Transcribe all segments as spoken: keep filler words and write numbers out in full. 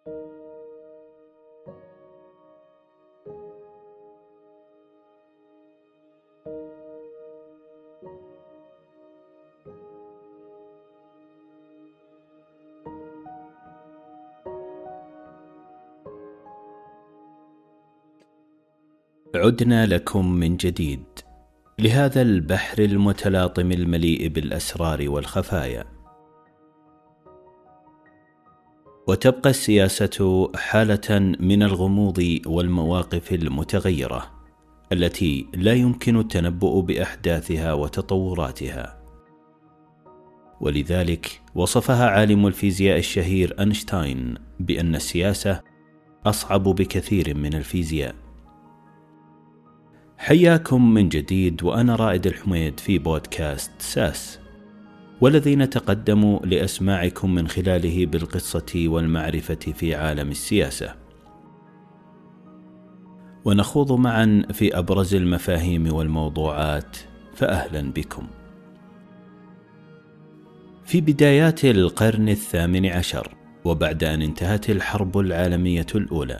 عدنا لكم من جديد لهذا البحر المتلاطم المليء بالأسرار والخفايا. وتبقى السياسة حالة من الغموض والمواقف المتغيرة التي لا يمكن التنبؤ بأحداثها وتطوراتها. ولذلك وصفها عالم الفيزياء الشهير أينشتاين بأن السياسة أصعب بكثير من الفيزياء. حياكم من جديد، وأنا رائد الحميد في بودكاست ساس، والذي نتقدم لأسماعكم من خلاله بالقصة والمعرفة في عالم السياسة، ونخوض معا في أبرز المفاهيم والموضوعات. فأهلا بكم. في بدايات القرن الثامن عشر، وبعد أن انتهت الحرب العالمية الأولى،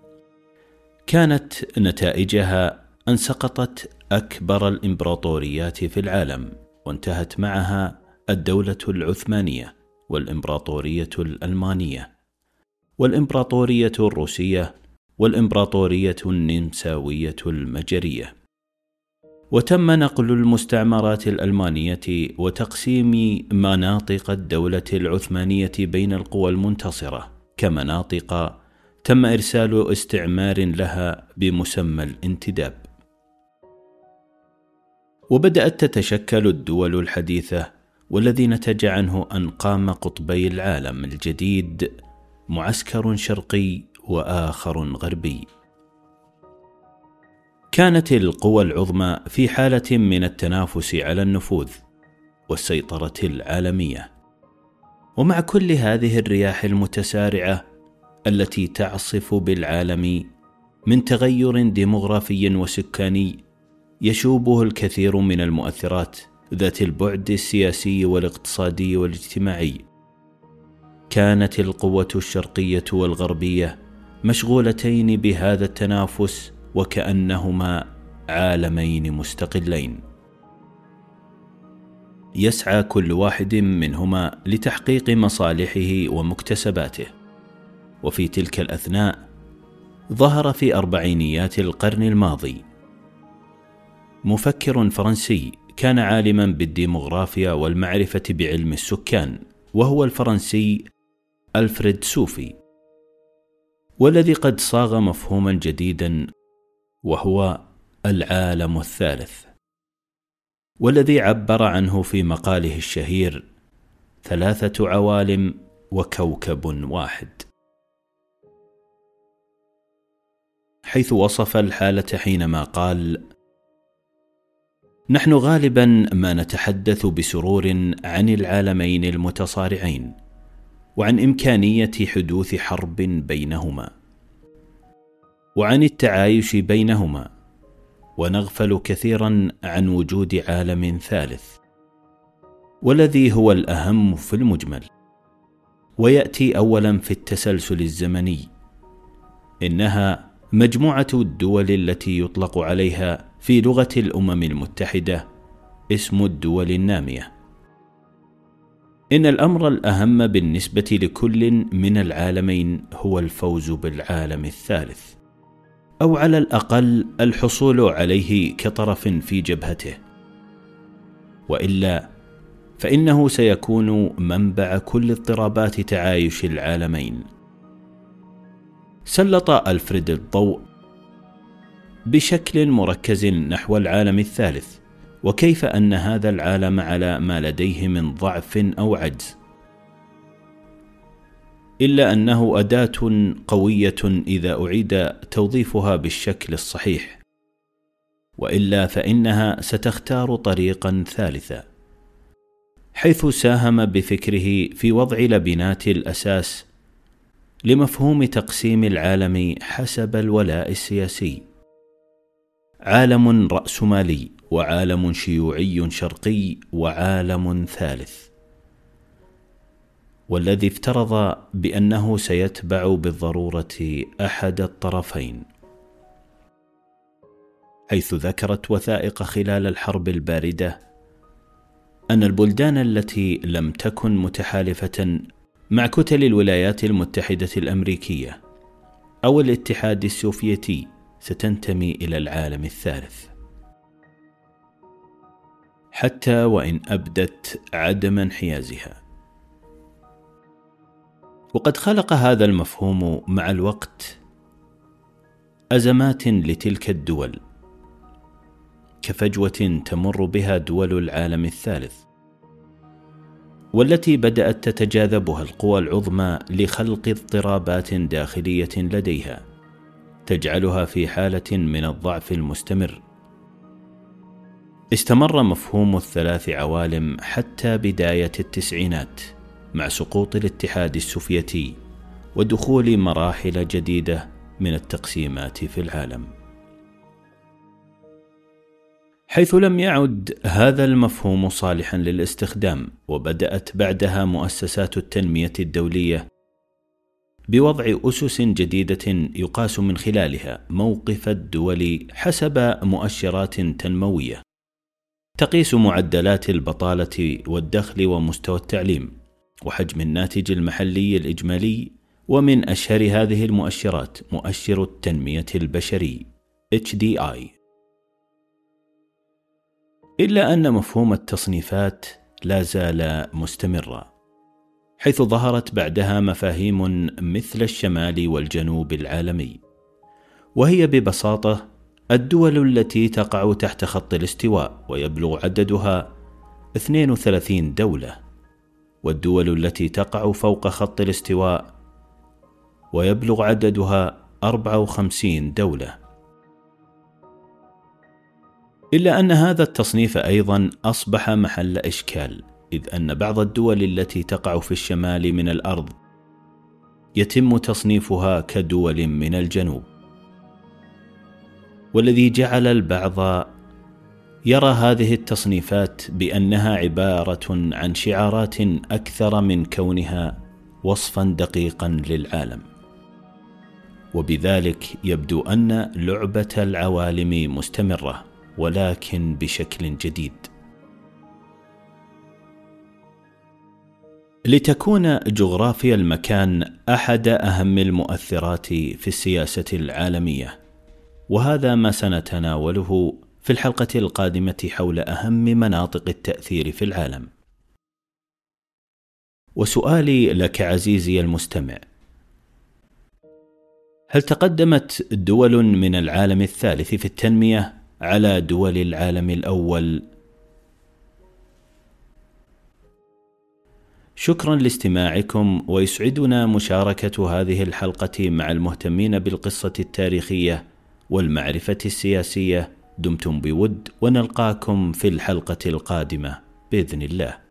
كانت نتائجها أن سقطت أكبر الإمبراطوريات في العالم، وانتهت معها الدولة العثمانية والإمبراطورية الألمانية والإمبراطورية الروسية والإمبراطورية النمساوية المجرية. وتم نقل المستعمرات الألمانية وتقسيم مناطق الدولة العثمانية بين القوى المنتصرة كمناطق تم إرسال استعمار لها بمسمى الانتداب. وبدأت تتشكل الدول الحديثة، والذي نتج عنه أن قام قطبي العالم الجديد، معسكر شرقي وآخر غربي. كانت القوى العظمى في حالة من التنافس على النفوذ والسيطرة العالمية. ومع كل هذه الرياح المتسارعة التي تعصف بالعالم من تغير ديمغرافي وسكاني يشوبه الكثير من المؤثرات ذات البعد السياسي والاقتصادي والاجتماعي، كانت القوة الشرقية والغربية مشغولتين بهذا التنافس وكأنهما عالمين مستقلين، يسعى كل واحد منهما لتحقيق مصالحه ومكتسباته. وفي تلك الأثناء ظهر في أربعينيات القرن الماضي مفكر فرنسي كان عالما بالديمغرافيا والمعرفة بعلم السكان، وهو الفرنسي ألفريد سوفي، والذي قد صاغ مفهوما جديدا وهو العالم الثالث، والذي عبر عنه في مقاله الشهير ثلاثة عوالم وكوكب واحد، حيث وصف الحالة حينما قال: نحن غالبا ما نتحدث بسرور عن العالمين المتصارعين وعن إمكانية حدوث حرب بينهما وعن التعايش بينهما، ونغفل كثيرا عن وجود عالم ثالث، والذي هو الأهم في المجمل ويأتي أولا في التسلسل الزمني. إنها مجموعة الدول التي يطلق عليها في لغة الأمم المتحدة اسم الدول النامية. إن الأمر الأهم بالنسبة لكل من العالمين هو الفوز بالعالم الثالث، أو على الأقل الحصول عليه كطرف في جبهته، وإلا فإنه سيكون منبع كل اضطرابات تعايش العالمين. سلط ألفريد الضوء بشكل مركز نحو العالم الثالث، وكيف أن هذا العالم على ما لديه من ضعف أو عجز، إلا أنه أداة قوية إذا أعيد توظيفها بالشكل الصحيح، وإلا فإنها ستختار طريقا ثالثا، حيث ساهم بفكره في وضع لبنات الأساس لمفهوم تقسيم العالم حسب الولاء السياسي: عالم رأسمالي، وعالم شيوعي شرقي، وعالم ثالث. والذي افترض بأنه سيتبع بالضرورة أحد الطرفين، حيث ذكرت وثائق خلال الحرب الباردة أن البلدان التي لم تكن متحالفة مع كتل الولايات المتحدة الأمريكية أو الاتحاد السوفيتي ستنتمي إلى العالم الثالث، حتى وإن أبدت عدم انحيازها. وقد خلق هذا المفهوم مع الوقت أزمات لتلك الدول، كفجوة تمر بها دول العالم الثالث، والتي بدأت تتجاذبها القوى العظمى لخلق اضطرابات داخلية لديها تجعلها في حالة من الضعف المستمر. استمر مفهوم الثلاث عوالم حتى بداية التسعينات مع سقوط الاتحاد السوفيتي ودخول مراحل جديدة من التقسيمات في العالم، حيث لم يعد هذا المفهوم صالحا للاستخدام، وبدأت بعدها مؤسسات التنمية الدولية بوضع أسس جديدة يقاس من خلالها موقف الدول حسب مؤشرات تنموية تقيس معدلات البطالة والدخل ومستوى التعليم وحجم الناتج المحلي الإجمالي. ومن أشهر هذه المؤشرات مؤشر التنمية البشري إتش دي آي. إلا أن مفهوم التصنيفات لا زال مستمرا، حيث ظهرت بعدها مفاهيم مثل الشمال والجنوب العالمي، وهي ببساطة الدول التي تقع تحت خط الاستواء ويبلغ عددها اثنين وثلاثين دولة، والدول التي تقع فوق خط الاستواء ويبلغ عددها أربعة وخمسين دولة. إلا أن هذا التصنيف أيضا أصبح محل إشكال، إذ أن بعض الدول التي تقع في الشمال من الأرض يتم تصنيفها كدول من الجنوب، والذي جعل البعض يرى هذه التصنيفات بأنها عبارة عن شعارات أكثر من كونها وصفا دقيقا للعالم. وبذلك يبدو أن لعبة العوالم مستمرة، ولكن بشكل جديد. لتكون جغرافيا المكان أحد أهم المؤثرات في السياسة العالمية، وهذا ما سنتناوله في الحلقة القادمة حول أهم مناطق التأثير في العالم. وسؤالي لك عزيزي المستمع: هل تقدمت دول من العالم الثالث في التنمية على دول العالم الأول؟ شكرا لاستماعكم، ويسعدنا مشاركة هذه الحلقة مع المهتمين بالقصة التاريخية والمعرفة السياسية. دمتم بود، ونلقاكم في الحلقة القادمة بإذن الله.